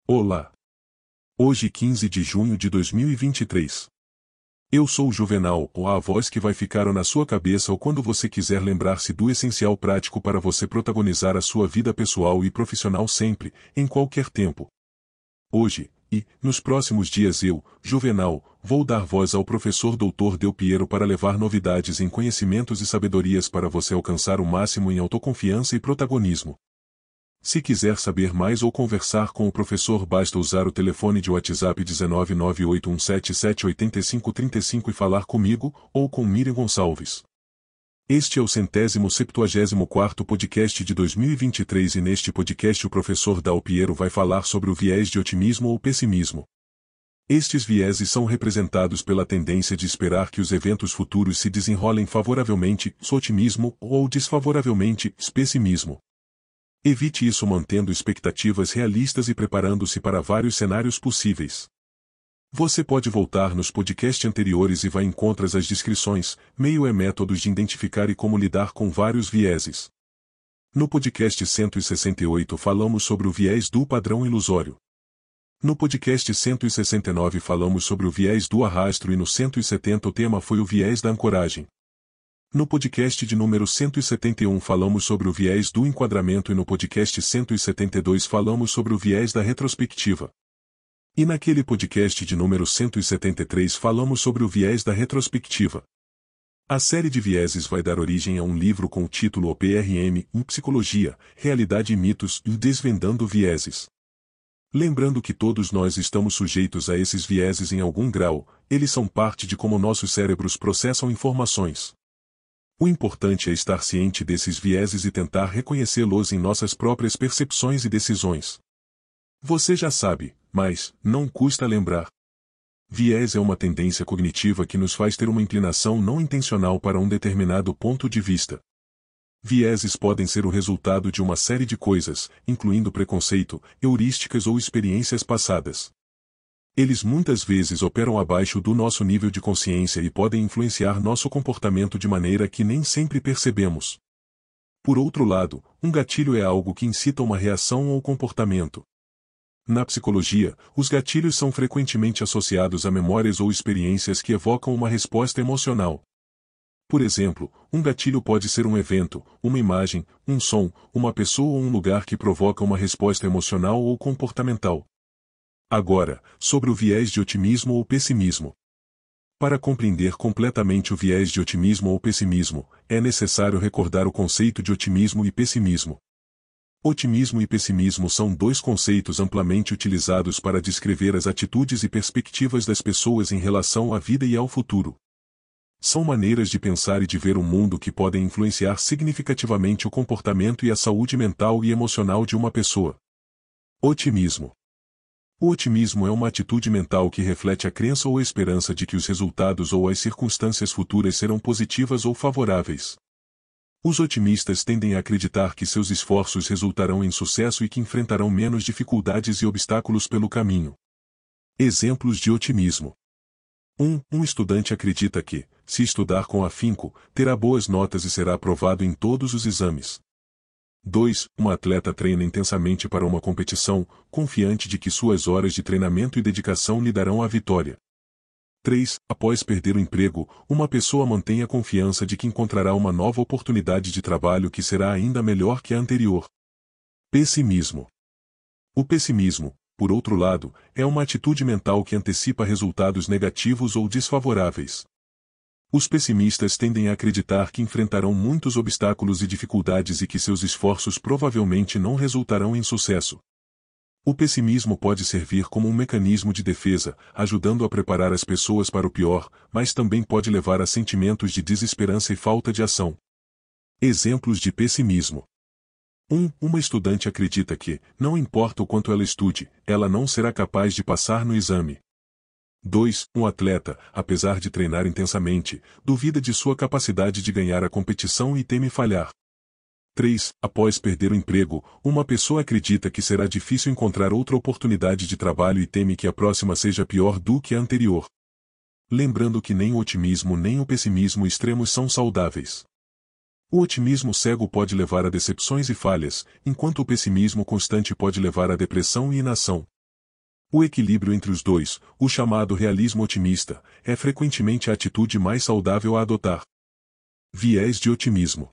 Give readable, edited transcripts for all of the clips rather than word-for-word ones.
Olá! Hoje 15 de junho de 2023. Eu sou o Juvenal, ou a voz que vai ficar na sua cabeça ou quando você quiser lembrar-se do essencial prático para você protagonizar a sua vida pessoal e profissional sempre, em qualquer tempo. Hoje, e, nos próximos dias eu, Juvenal, vou dar voz ao professor Dr. Del Piero para levar novidades em conhecimentos e sabedorias para você alcançar o máximo em autoconfiança e protagonismo. Se quiser saber mais ou conversar com o professor, basta usar o telefone de WhatsApp 19981778535 e falar comigo, ou com Miriam Gonçalves. Este é o 174º podcast de 2023 e neste podcast o professor Del Piero vai falar sobre o viés de otimismo ou pessimismo. Estes vieses são representados pela tendência de esperar que os eventos futuros se desenrolem favoravelmente, otimismo, ou desfavoravelmente, pessimismo. Evite isso mantendo expectativas realistas e preparando-se para vários cenários possíveis. Você pode voltar nos podcasts anteriores e vai encontrar as descrições, meio e métodos de identificar e como lidar com vários vieses. No podcast 168 falamos sobre o viés do padrão ilusório. No podcast 169 falamos sobre o viés do arrasto e no 170 o tema foi o viés da ancoragem. No podcast de número 171 falamos sobre o viés do enquadramento e no podcast 172 falamos sobre o viés da retrospectiva. E naquele podcast de número 173 falamos sobre o viés da retrospectiva. A série de vieses vai dar origem a um livro com o título OPRM, em Psicologia, Realidade e Mitos, e Desvendando Vieses. Lembrando que todos nós estamos sujeitos a esses vieses em algum grau, eles são parte de como nossos cérebros processam informações. O importante é estar ciente desses vieses e tentar reconhecê-los em nossas próprias percepções e decisões. Você já sabe, mas não custa lembrar. Viés é uma tendência cognitiva que nos faz ter uma inclinação não intencional para um determinado ponto de vista. Vieses podem ser o resultado de uma série de coisas, incluindo preconceito, heurísticas ou experiências passadas. Eles muitas vezes operam abaixo do nosso nível de consciência e podem influenciar nosso comportamento de maneira que nem sempre percebemos. Por outro lado, um gatilho é algo que incita uma reação ou comportamento. Na psicologia, os gatilhos são frequentemente associados a memórias ou experiências que evocam uma resposta emocional. Por exemplo, um gatilho pode ser um evento, uma imagem, um som, uma pessoa ou um lugar que provoca uma resposta emocional ou comportamental. Agora, sobre o viés de otimismo ou pessimismo. Para compreender completamente o viés de otimismo ou pessimismo, é necessário recordar o conceito de otimismo e pessimismo. Otimismo e pessimismo são dois conceitos amplamente utilizados para descrever as atitudes e perspectivas das pessoas em relação à vida e ao futuro. São maneiras de pensar e de ver o mundo que podem influenciar significativamente o comportamento e a saúde mental e emocional de uma pessoa. Otimismo. O otimismo é uma atitude mental que reflete a crença ou esperança de que os resultados ou as circunstâncias futuras serão positivas ou favoráveis. Os otimistas tendem a acreditar que seus esforços resultarão em sucesso e que enfrentarão menos dificuldades e obstáculos pelo caminho. Exemplos de otimismo. 1. Um estudante acredita que, se estudar com afinco, terá boas notas e será aprovado em todos os exames. 2. Um atleta treina intensamente para uma competição, confiante de que suas horas de treinamento e dedicação lhe darão a vitória. 3. Após perder o emprego, uma pessoa mantém a confiança de que encontrará uma nova oportunidade de trabalho que será ainda melhor que a anterior. Pessimismo. O pessimismo, por outro lado, é uma atitude mental que antecipa resultados negativos ou desfavoráveis. Os pessimistas tendem a acreditar que enfrentarão muitos obstáculos e dificuldades e que seus esforços provavelmente não resultarão em sucesso. O pessimismo pode servir como um mecanismo de defesa, ajudando a preparar as pessoas para o pior, mas também pode levar a sentimentos de desesperança e falta de ação. Exemplos de pessimismo. 1. Uma estudante acredita que, não importa o quanto ela estude, ela não será capaz de passar no exame. 2. Um atleta, apesar de treinar intensamente, duvida de sua capacidade de ganhar a competição e teme falhar. 3. Após perder o emprego, uma pessoa acredita que será difícil encontrar outra oportunidade de trabalho e teme que a próxima seja pior do que a anterior. Lembrando que nem o otimismo nem o pessimismo extremos são saudáveis. O otimismo cego pode levar a decepções e falhas, enquanto o pessimismo constante pode levar à depressão e inação. O equilíbrio entre os dois, o chamado realismo otimista, é frequentemente a atitude mais saudável a adotar. Viés de otimismo.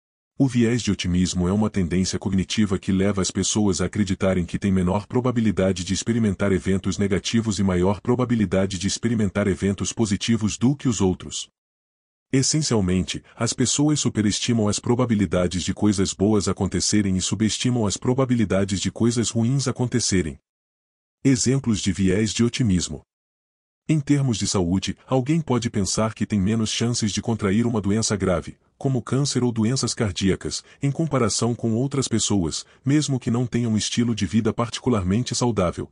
O viés de otimismo é uma tendência cognitiva que leva as pessoas a acreditarem que têm menor probabilidade de experimentar eventos negativos e maior probabilidade de experimentar eventos positivos do que os outros. Essencialmente, as pessoas superestimam as probabilidades de coisas boas acontecerem e subestimam as probabilidades de coisas ruins acontecerem. Exemplos de viés de otimismo. Em termos de saúde, alguém pode pensar que tem menos chances de contrair uma doença grave, como câncer ou doenças cardíacas, em comparação com outras pessoas, mesmo que não tenham um estilo de vida particularmente saudável.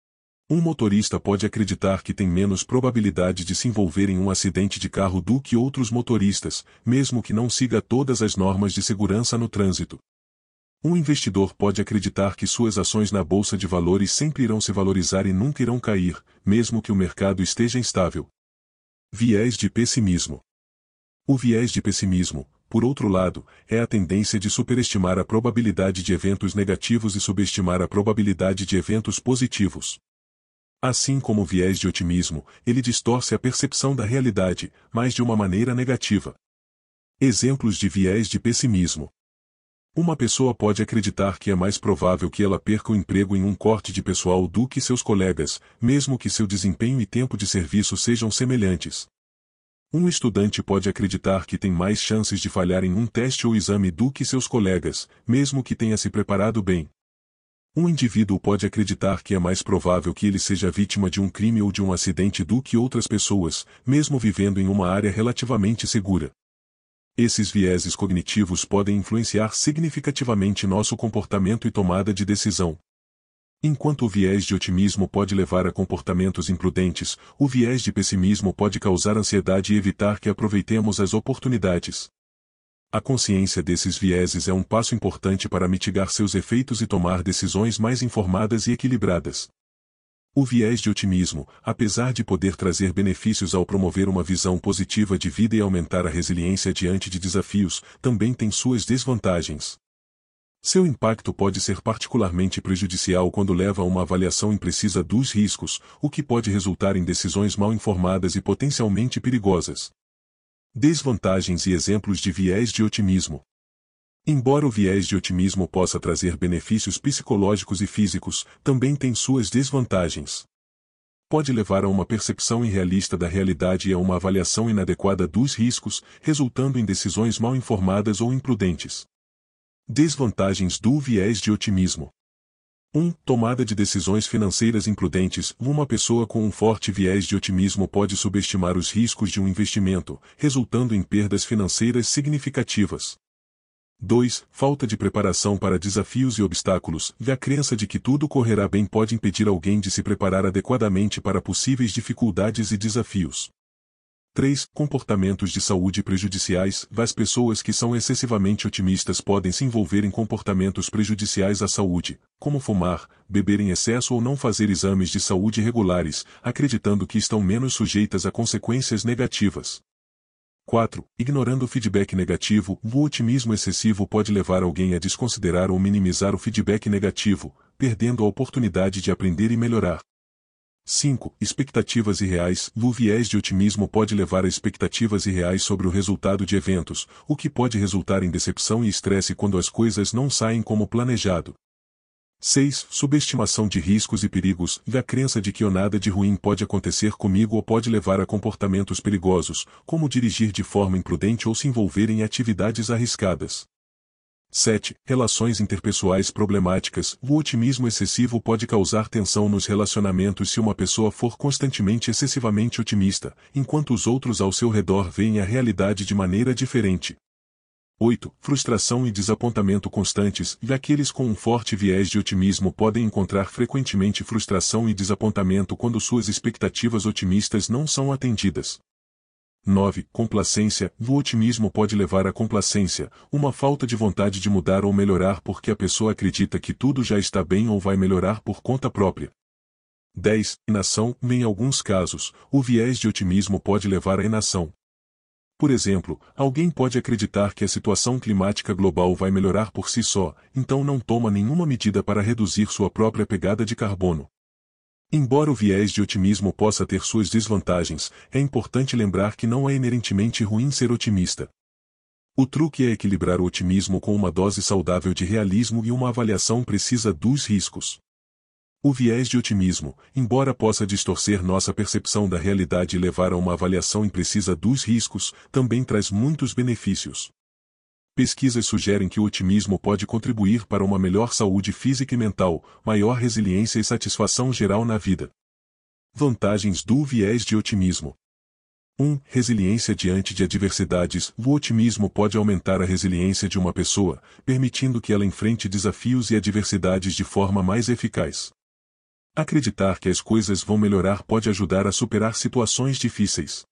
Um motorista pode acreditar que tem menos probabilidade de se envolver em um acidente de carro do que outros motoristas, mesmo que não siga todas as normas de segurança no trânsito. Um investidor pode acreditar que suas ações na bolsa de valores sempre irão se valorizar e nunca irão cair, mesmo que o mercado esteja instável. Viés de pessimismo. O viés de pessimismo, por outro lado, é a tendência de superestimar a probabilidade de eventos negativos e subestimar a probabilidade de eventos positivos. Assim como o viés de otimismo, ele distorce a percepção da realidade, mas de uma maneira negativa. Exemplos de viés de pessimismo. Uma pessoa pode acreditar que é mais provável que ela perca o emprego em um corte de pessoal do que seus colegas, mesmo que seu desempenho e tempo de serviço sejam semelhantes. Um estudante pode acreditar que tem mais chances de falhar em um teste ou exame do que seus colegas, mesmo que tenha se preparado bem. Um indivíduo pode acreditar que é mais provável que ele seja vítima de um crime ou de um acidente do que outras pessoas, mesmo vivendo em uma área relativamente segura. Esses vieses cognitivos podem influenciar significativamente nosso comportamento e tomada de decisão. Enquanto o viés de otimismo pode levar a comportamentos imprudentes, o viés de pessimismo pode causar ansiedade e evitar que aproveitemos as oportunidades. A consciência desses vieses é um passo importante para mitigar seus efeitos e tomar decisões mais informadas e equilibradas. O viés de otimismo, apesar de poder trazer benefícios ao promover uma visão positiva de vida e aumentar a resiliência diante de desafios, também tem suas desvantagens. Seu impacto pode ser particularmente prejudicial quando leva a uma avaliação imprecisa dos riscos, o que pode resultar em decisões mal informadas e potencialmente perigosas. Desvantagens e exemplos de viés de otimismo. Embora o viés de otimismo possa trazer benefícios psicológicos e físicos, também tem suas desvantagens. Pode levar a uma percepção irrealista da realidade e a uma avaliação inadequada dos riscos, resultando em decisões mal informadas ou imprudentes. Desvantagens do viés de otimismo. 1. Tomada de decisões financeiras imprudentes. Uma pessoa com um forte viés de otimismo pode subestimar os riscos de um investimento, resultando em perdas financeiras significativas. 2. Falta de preparação para desafios e obstáculos. A crença de que tudo correrá bem pode impedir alguém de se preparar adequadamente para possíveis dificuldades e desafios. 3. Comportamentos de saúde prejudiciais. As pessoas que são excessivamente otimistas podem se envolver em comportamentos prejudiciais à saúde, como fumar, beber em excesso ou não fazer exames de saúde regulares, acreditando que estão menos sujeitas a consequências negativas. 4. Ignorando o feedback negativo. O otimismo excessivo pode levar alguém a desconsiderar ou minimizar o feedback negativo, perdendo a oportunidade de aprender e melhorar. 5. Expectativas irreais. O viés de otimismo pode levar a expectativas irreais sobre o resultado de eventos, o que pode resultar em decepção e estresse quando as coisas não saem como planejado. 6. Subestimação de riscos e perigos. A crença de que nada de ruim pode acontecer comigo ou pode levar a comportamentos perigosos, como dirigir de forma imprudente ou se envolver em atividades arriscadas. 7. Relações interpessoais problemáticas. O otimismo excessivo pode causar tensão nos relacionamentos se uma pessoa for constantemente excessivamente otimista, enquanto os outros ao seu redor veem a realidade de maneira diferente. 8. Frustração e desapontamento constantes. Aqueles com um forte viés de otimismo podem encontrar frequentemente frustração e desapontamento quando suas expectativas otimistas não são atendidas. 9. Complacência. O otimismo pode levar à complacência, uma falta de vontade de mudar ou melhorar porque a pessoa acredita que tudo já está bem ou vai melhorar por conta própria. 10. Inação. Em alguns casos, o viés de otimismo pode levar à inação. Por exemplo, alguém pode acreditar que a situação climática global vai melhorar por si só, então não toma nenhuma medida para reduzir sua própria pegada de carbono. Embora o viés de otimismo possa ter suas desvantagens, é importante lembrar que não é inerentemente ruim ser otimista. O truque é equilibrar o otimismo com uma dose saudável de realismo e uma avaliação precisa dos riscos. O viés de otimismo, embora possa distorcer nossa percepção da realidade e levar a uma avaliação imprecisa dos riscos, também traz muitos benefícios. Pesquisas sugerem que o otimismo pode contribuir para uma melhor saúde física e mental, maior resiliência e satisfação geral na vida. Vantagens do viés de otimismo. 1. Resiliência diante de adversidades. O otimismo pode aumentar a resiliência de uma pessoa, permitindo que ela enfrente desafios e adversidades de forma mais eficaz. Acreditar que as coisas vão melhorar pode ajudar a superar situações difíceis.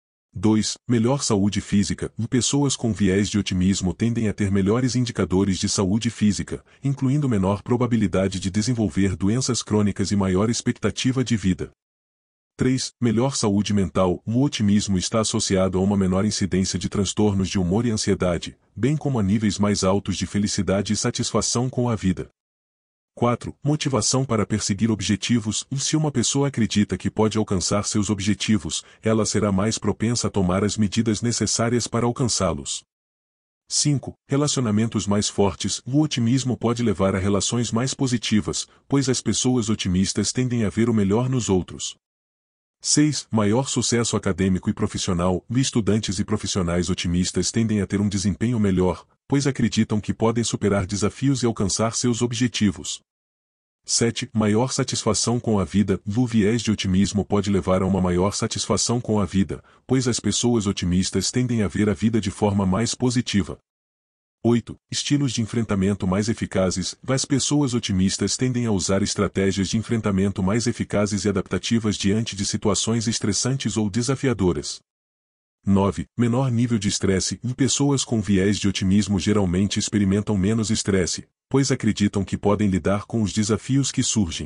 2. Melhor saúde física. Pessoas com viés de otimismo tendem a ter melhores indicadores de saúde física, incluindo menor probabilidade de desenvolver doenças crônicas e maior expectativa de vida. 3. Melhor saúde mental. O otimismo está associado a uma menor incidência de transtornos de humor e ansiedade, bem como a níveis mais altos de felicidade e satisfação com a vida. 4. Motivação para perseguir objetivos. Se uma pessoa acredita que pode alcançar seus objetivos, ela será mais propensa a tomar as medidas necessárias para alcançá-los. 5. Relacionamentos mais fortes. O otimismo pode levar a relações mais positivas, pois as pessoas otimistas tendem a ver o melhor nos outros. 6. Maior sucesso acadêmico e profissional. Estudantes e profissionais otimistas tendem a ter um desempenho melhor, pois acreditam que podem superar desafios e alcançar seus objetivos. 7. Maior satisfação com a vida. O viés de otimismo pode levar a uma maior satisfação com a vida, pois as pessoas otimistas tendem a ver a vida de forma mais positiva. 8. Estilos de enfrentamento mais eficazes. As pessoas otimistas tendem a usar estratégias de enfrentamento mais eficazes e adaptativas diante de situações estressantes ou desafiadoras. 9. Menor nível de estresse. Pessoas com viés de otimismo geralmente experimentam menos estresse, pois acreditam que podem lidar com os desafios que surgem.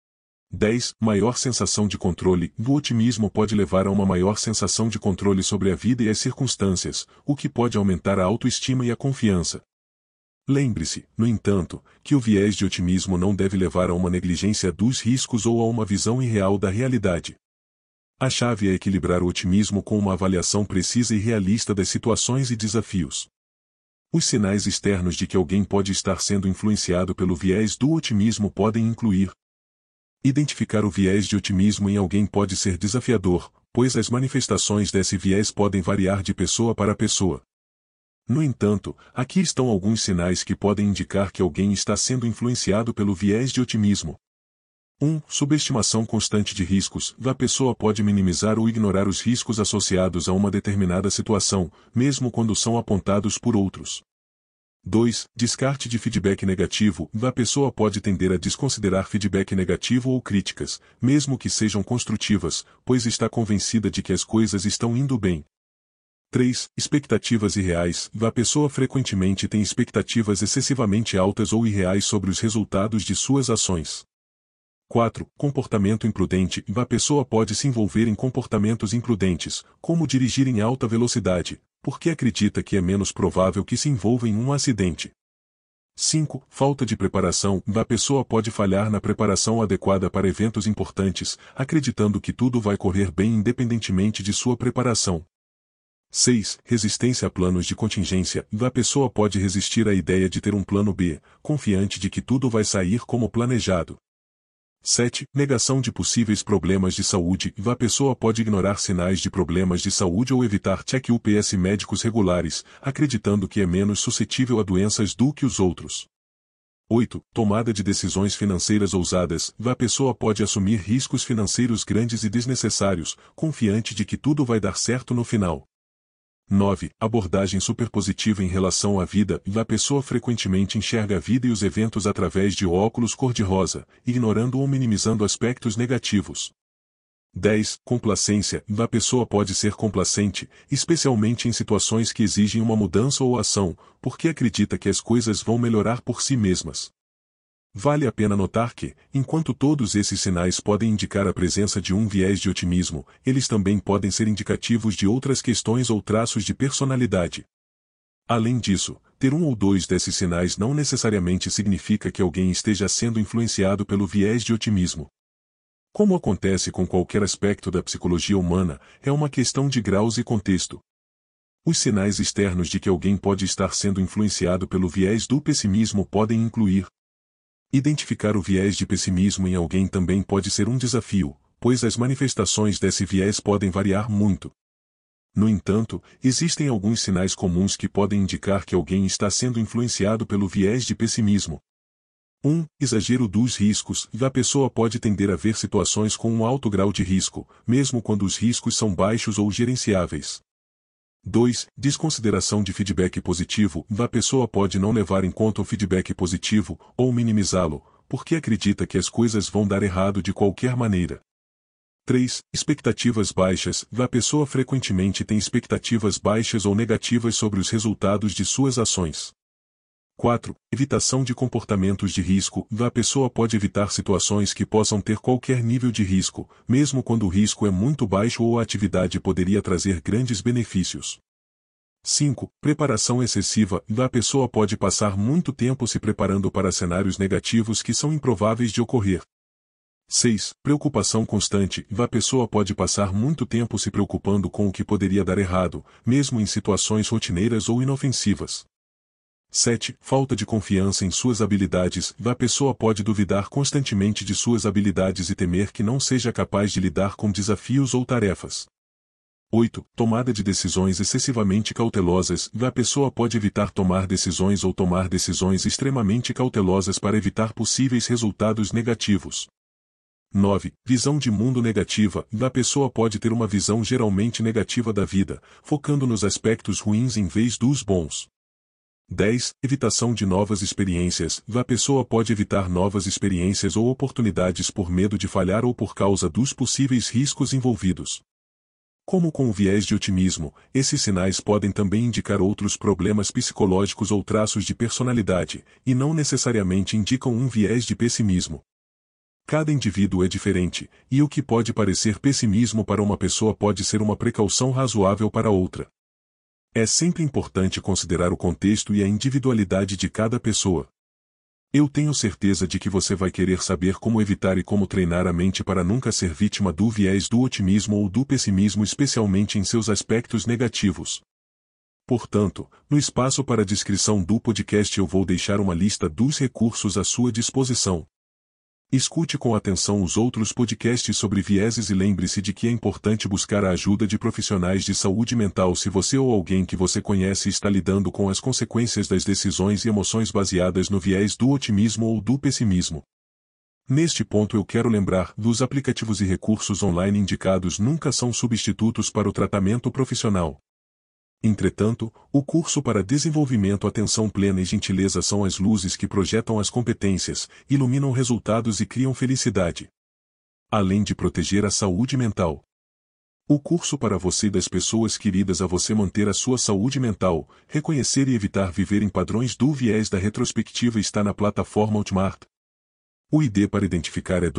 10. Maior sensação de controle. O otimismo pode levar a uma maior sensação de controle sobre a vida e as circunstâncias, o que pode aumentar a autoestima e a confiança. Lembre-se, no entanto, que o viés de otimismo não deve levar a uma negligência dos riscos ou a uma visão irreal da realidade. A chave é equilibrar o otimismo com uma avaliação precisa e realista das situações e desafios. Os sinais externos de que alguém pode estar sendo influenciado pelo viés do otimismo podem incluir: identificar o viés de otimismo em alguém pode ser desafiador, pois as manifestações desse viés podem variar de pessoa para pessoa. No entanto, aqui estão alguns sinais que podem indicar que alguém está sendo influenciado pelo viés de otimismo. 1. Subestimação constante de riscos. A pessoa pode minimizar ou ignorar os riscos associados a uma determinada situação, mesmo quando são apontados por outros. 2. Descarte de feedback negativo. A pessoa pode tender a desconsiderar feedback negativo ou críticas, mesmo que sejam construtivas, pois está convencida de que as coisas estão indo bem. 3. Expectativas irreais. A pessoa frequentemente tem expectativas excessivamente altas ou irreais sobre os resultados de suas ações. 4. Comportamento imprudente. A pessoa pode se envolver em comportamentos imprudentes, como dirigir em alta velocidade, porque acredita que é menos provável que se envolva em um acidente. 5. Falta de preparação. A pessoa pode falhar na preparação adequada para eventos importantes, acreditando que tudo vai correr bem independentemente de sua preparação. 6. Resistência a planos de contingência. A pessoa pode resistir à ideia de ter um plano B, confiante de que tudo vai sair como planejado. 7. Negação de possíveis problemas de saúde. A pessoa pode ignorar sinais de problemas de saúde ou evitar check-ups médicos regulares, acreditando que é menos suscetível a doenças do que os outros. 8. Tomada de decisões financeiras ousadas. A pessoa pode assumir riscos financeiros grandes e desnecessários, confiante de que tudo vai dar certo no final. 9. Abordagem superpositiva em relação à vida. A pessoa frequentemente enxerga a vida e os eventos através de óculos cor-de-rosa, ignorando ou minimizando aspectos negativos. 10. Complacência. A pessoa pode ser complacente, especialmente em situações que exigem uma mudança ou ação, porque acredita que as coisas vão melhorar por si mesmas. Vale a pena notar que, enquanto todos esses sinais podem indicar a presença de um viés de otimismo, eles também podem ser indicativos de outras questões ou traços de personalidade. Além disso, ter um ou dois desses sinais não necessariamente significa que alguém esteja sendo influenciado pelo viés de otimismo. Como acontece com qualquer aspecto da psicologia humana, é uma questão de graus e contexto. Os sinais externos de que alguém pode estar sendo influenciado pelo viés do pessimismo podem incluir. Identificar o viés de pessimismo em alguém também pode ser um desafio, pois as manifestações desse viés podem variar muito. No entanto, existem alguns sinais comuns que podem indicar que alguém está sendo influenciado pelo viés de pessimismo. 1. Exagero dos riscos. A pessoa pode tender a ver situações com um alto grau de risco, mesmo quando os riscos são baixos ou gerenciáveis. 2. Desconsideração de feedback positivo. A pessoa pode não levar em conta o feedback positivo, ou minimizá-lo, porque acredita que as coisas vão dar errado de qualquer maneira. 3. Expectativas baixas. A pessoa frequentemente tem expectativas baixas ou negativas sobre os resultados de suas ações. 4. Evitação de comportamentos de risco. A pessoa pode evitar situações que possam ter qualquer nível de risco, mesmo quando o risco é muito baixo ou a atividade poderia trazer grandes benefícios. 5. Preparação excessiva. A pessoa pode passar muito tempo se preparando para cenários negativos que são improváveis de ocorrer. 6. Preocupação constante. A pessoa pode passar muito tempo se preocupando com o que poderia dar errado, mesmo em situações rotineiras ou inofensivas. 7. Falta de confiança em suas habilidades. A pessoa pode duvidar constantemente de suas habilidades e temer que não seja capaz de lidar com desafios ou tarefas. 8. Tomada de decisões excessivamente cautelosas. A pessoa pode evitar tomar decisões ou tomar decisões extremamente cautelosas para evitar possíveis resultados negativos. 9. Visão de mundo negativa. A pessoa pode ter uma visão geralmente negativa da vida, focando nos aspectos ruins em vez dos bons. 10. Evitação de novas experiências. A pessoa pode evitar novas experiências ou oportunidades por medo de falhar ou por causa dos possíveis riscos envolvidos. Como com o viés de otimismo, esses sinais podem também indicar outros problemas psicológicos ou traços de personalidade, e não necessariamente indicam um viés de pessimismo. Cada indivíduo é diferente, e o que pode parecer pessimismo para uma pessoa pode ser uma precaução razoável para outra. É sempre importante considerar o contexto e a individualidade de cada pessoa. Eu tenho certeza de que você vai querer saber como evitar e como treinar a mente para nunca ser vítima do viés do otimismo ou do pessimismo, especialmente em seus aspectos negativos. Portanto, no espaço para a descrição do podcast eu vou deixar uma lista dos recursos à sua disposição. Escute com atenção os outros podcasts sobre vieses e lembre-se de que é importante buscar a ajuda de profissionais de saúde mental se você ou alguém que você conhece está lidando com as consequências das decisões e emoções baseadas no viés do otimismo ou do pessimismo. Neste ponto eu quero lembrar, os aplicativos e recursos online indicados nunca são substitutos para o tratamento profissional. Entretanto, o curso para desenvolvimento Atenção Plena e Gentileza são as luzes que projetam as competências, iluminam resultados e criam felicidade. Além de proteger a saúde mental. O curso para você e das pessoas queridas a você manter a sua saúde mental, reconhecer e evitar viver em padrões do viés da retrospectiva está na plataforma Ultimart. O ID para identificar é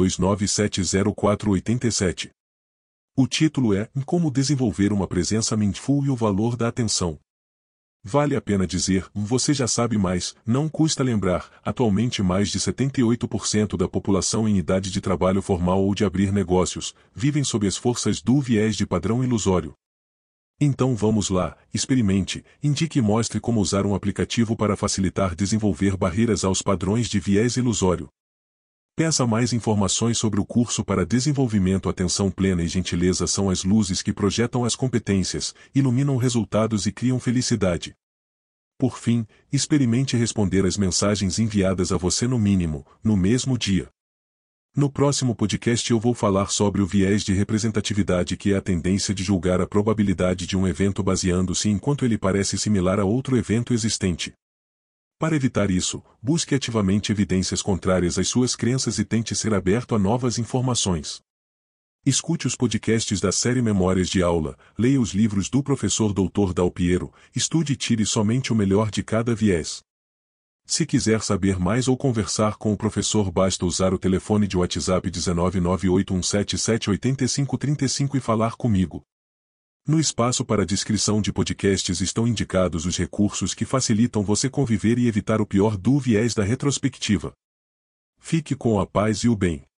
2970487. O título é Como desenvolver uma presença mindful e o valor da atenção. Vale a pena dizer, você já sabe mais, não custa lembrar, atualmente mais de 78% da população em idade de trabalho formal ou de abrir negócios, vivem sob as forças do viés de padrão ilusório. Então vamos lá, experimente, indique e mostre como usar um aplicativo para facilitar desenvolver barreiras aos padrões de viés ilusório. Peça mais informações sobre o curso para desenvolvimento Atenção Plena e Gentileza são as luzes que projetam as competências, iluminam resultados e criam felicidade. Por fim, experimente responder às mensagens enviadas a você no mínimo, no mesmo dia. No próximo podcast eu vou falar sobre o viés de representatividade, que é a tendência de julgar a probabilidade de um evento baseando-se em quanto ele parece similar a outro evento existente. Para evitar isso, busque ativamente evidências contrárias às suas crenças e tente ser aberto a novas informações. Escute os podcasts da série Memórias de Aula, leia os livros do professor Dr. Dal Piero, estude e tire somente o melhor de cada viés. Se quiser saber mais ou conversar com o professor, basta usar o telefone de WhatsApp 19981778535 e falar comigo. No espaço para descrição de podcasts estão indicados os recursos que facilitam você conviver e evitar o pior do viés da retrospectiva. Fique com a paz e o bem.